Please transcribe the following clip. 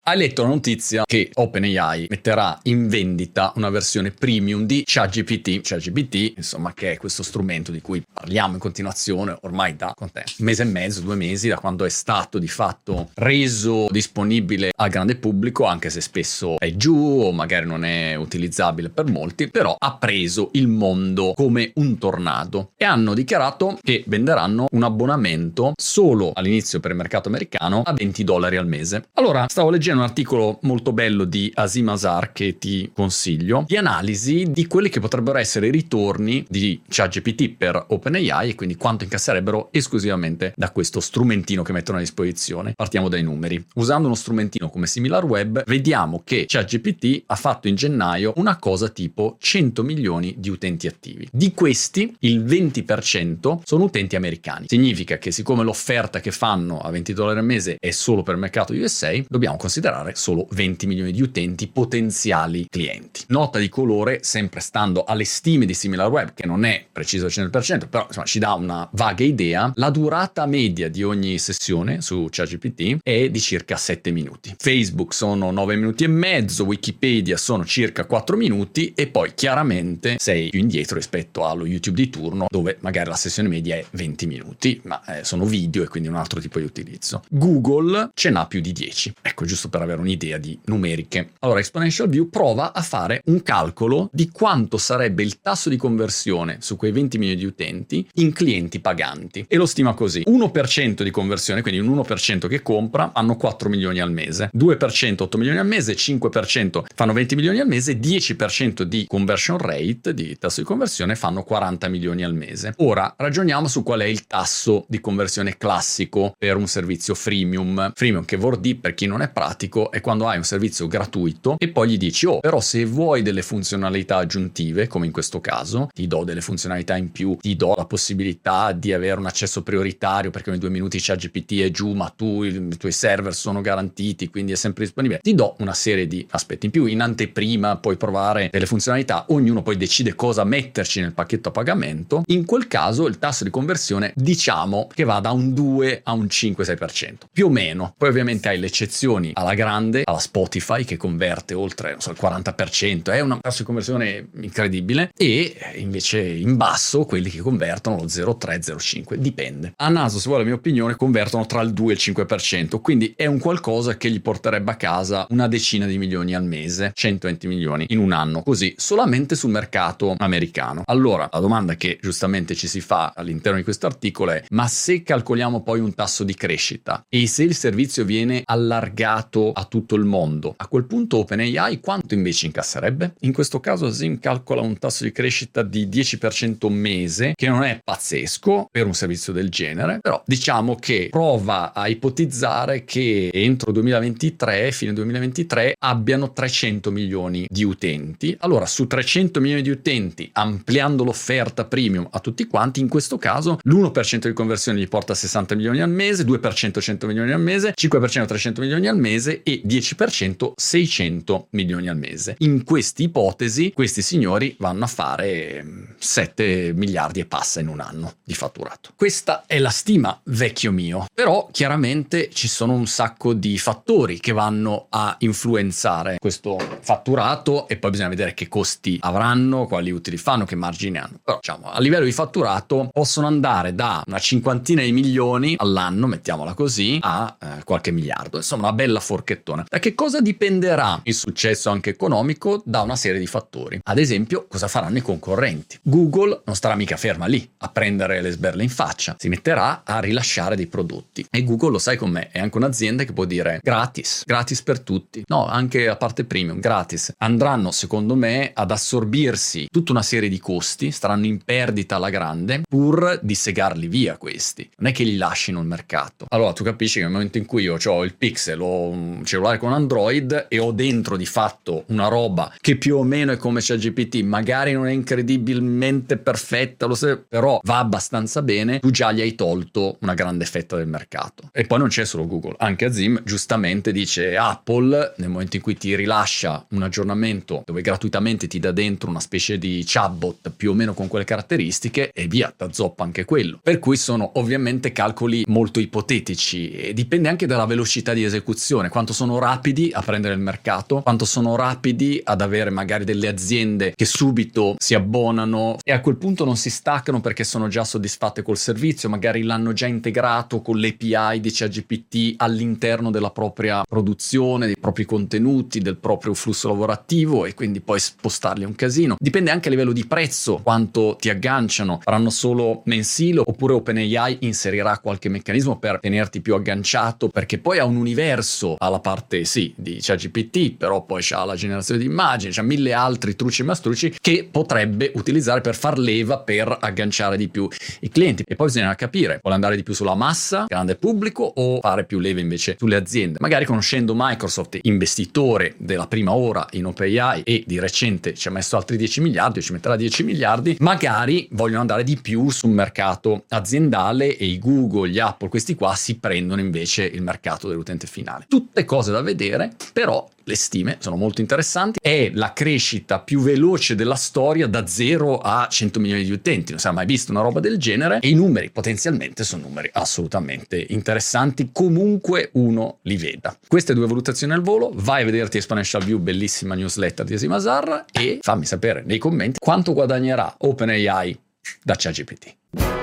Hai letto la notizia che OpenAI metterà in vendita una versione premium di ChatGPT, insomma, che è questo strumento di cui parliamo in continuazione ormai da un mese e mezzo, 2 mesi, da quando è stato di fatto reso disponibile al grande pubblico, anche se spesso è giù o magari non è utilizzabile per molti, però ha preso il mondo come un tornado e hanno dichiarato che venderanno un abbonamento solo all'inizio per il mercato americano a $20 al mese. Allora, stavo leggendo un articolo molto bello di Asim Azar che ti consiglio, di analisi di quelli che potrebbero essere i ritorni di ChatGPT per OpenAI e quindi quanto incasserebbero esclusivamente da questo strumentino che mettono a disposizione. Partiamo dai numeri. Usando uno strumentino come SimilarWeb, vediamo che ChatGPT ha fatto in gennaio una cosa tipo 100 milioni di utenti attivi. Di questi, il 20% sono utenti americani. Significa che siccome l'offerta che fanno a $20 al mese è solo per il mercato USA, dobbiamo considerare solo 20 milioni di utenti potenziali clienti. Nota di colore, sempre stando alle stime di SimilarWeb, che non è preciso al 100%, però insomma ci dà una vaga idea, la durata media di ogni sessione su ChatGPT è di circa 7 minuti. Facebook sono 9 minuti e mezzo, Wikipedia sono circa 4 minuti e poi chiaramente sei più indietro rispetto allo YouTube di turno, dove magari la sessione media è 20 minuti, ma sono video e quindi un altro tipo di utilizzo. Google ce n'ha più di 10. Ecco, giusto per avere un'idea di numeriche. Allora, Exponential View prova a fare un calcolo di quanto sarebbe il tasso di conversione su quei 20 milioni di utenti in clienti paganti e lo stima così: 1% di conversione, quindi un 1% che compra, hanno 4 milioni al mese, 2% 8 milioni al mese, 5% fanno 20 milioni al mese, 10% di conversion rate, di tasso di conversione, fanno 40 milioni al mese. Ora ragioniamo su qual è il tasso di conversione classico per un servizio freemium. Freemium, che vuol dire, per chi non è pratico, è quando hai un servizio gratuito e poi gli dici: oh, però se vuoi delle funzionalità aggiuntive, come in questo caso, ti do delle funzionalità in più, ti do la possibilità di avere un accesso prioritario perché ogni 2 minuti ChatGPT è giù, ma i tuoi server sono garantiti, quindi è sempre disponibile. Ti do una serie di aspetti in più. In anteprima puoi provare delle funzionalità, ognuno poi decide cosa metterci nel pacchetto a pagamento. In quel caso il tasso di conversione diciamo che va da un 2 a un 5-6%, più o meno. Poi ovviamente hai le eccezioni alla grande, alla Spotify che converte oltre, non so, il 40%, è un tasso di conversione incredibile, e invece in basso quelli che convertono lo 0,3-0,5, dipende. A naso, se vuole la mia opinione, convertono tra il 2 e il 5%, quindi è un qualcosa che gli porterebbe a casa una decina di milioni al mese, 120 milioni in un anno, così solamente sul mercato americano. Allora, la domanda che giustamente ci si fa all'interno di questo articolo è: ma se calcoliamo poi un tasso di crescita e se il servizio viene allargato a tutto il mondo, a quel punto OpenAI quanto invece incasserebbe? In questo caso Asim calcola un tasso di crescita di 10% mese, che non è pazzesco per un servizio del genere, però diciamo che prova a ipotizzare che entro 2023, fine 2023, abbiano 300 milioni di utenti. Allora, su 300 milioni di utenti, ampliando l'offerta premium a tutti quanti, in questo caso l'1% di conversione gli porta a 60 milioni al mese, 2% 100 milioni al mese, 5% 300 milioni al mese e 10% 600 milioni al mese. In questa ipotesi questi signori vanno a fare 7 miliardi e passa in un anno di fatturato. Questa è la stima, vecchio mio, però chiaramente ci sono un sacco di fattori che vanno a influenzare questo fatturato e poi bisogna vedere che costi avranno, quali utili fanno, che margini hanno. Però diciamo, a livello di fatturato possono andare da una cinquantina di milioni all'anno, mettiamola così, a qualche miliardo, insomma una bella forchettona. Da che cosa dipenderà il successo anche economico? Da una serie di fattori. Ad esempio, cosa faranno i concorrenti? Google non starà mica ferma lì a prendere le sberle in faccia, si metterà a rilasciare dei prodotti, e Google, lo sai com'è, è anche un'azienda che può dire gratis per tutti, no, anche a parte premium, gratis. Andranno secondo me ad assorbirsi tutta una serie di costi, staranno in perdita alla grande pur di segarli via questi, non è che li lasciano il mercato. Allora tu capisci che nel momento in cui io ho il Pixel, ho un cellulare con Android e ho dentro di fatto una roba che più o meno è come ChatGPT, magari non è incredibilmente perfetta, però va abbastanza bene, tu già gli hai tolto una grande fetta del mercato. E poi non c'è solo Google, anche Azim giustamente dice: Apple nel momento in cui ti rilascia un aggiornamento dove gratuitamente ti dà dentro una specie di chatbot più o meno con quelle caratteristiche, e via, t'azzoppa anche quello. Per cui sono ovviamente calcoli molto ipotetici e dipende anche dalla velocità di esecuzione. quanto sono rapidi a prendere il mercato, quanto sono rapidi ad avere magari delle aziende che subito si abbonano e a quel punto non si staccano perché sono già soddisfatte col servizio, magari l'hanno già integrato con l'API di ChatGPT all'interno della propria produzione, dei propri contenuti, del proprio flusso lavorativo, e quindi poi spostarli è un casino. Dipende anche a livello di prezzo quanto ti agganciano, faranno solo mensile oppure OpenAI inserirà qualche meccanismo per tenerti più agganciato, perché poi ha un universo, ha la parte sì di ChatGPT, però poi c'ha la generazione di immagini, c'ha mille altri trucci e mastrucci che potrebbe utilizzare per far leva per agganciare di più i clienti. E poi bisogna capire, vuole andare di più sulla massa, grande pubblico, o fare più leve invece sulle aziende. Magari conoscendo Microsoft, investitore della prima ora in OpenAI, e di recente ci ha messo altri 10 miliardi, ci metterà 10 miliardi, magari vogliono andare di più sul mercato aziendale e i Google, gli Apple, questi qua si prendono invece il mercato dell'utente finale. Tutte cose da vedere, però le stime sono molto interessanti. È la crescita più veloce della storia da 0 a 100 milioni di utenti. Non si è mai visto una roba del genere, e i numeri potenzialmente sono numeri assolutamente interessanti, comunque uno li veda. Queste due valutazioni al volo. Vai a vederti Exponential View, bellissima newsletter di Asim Azar, e fammi sapere nei commenti quanto guadagnerà OpenAI da ChatGPT.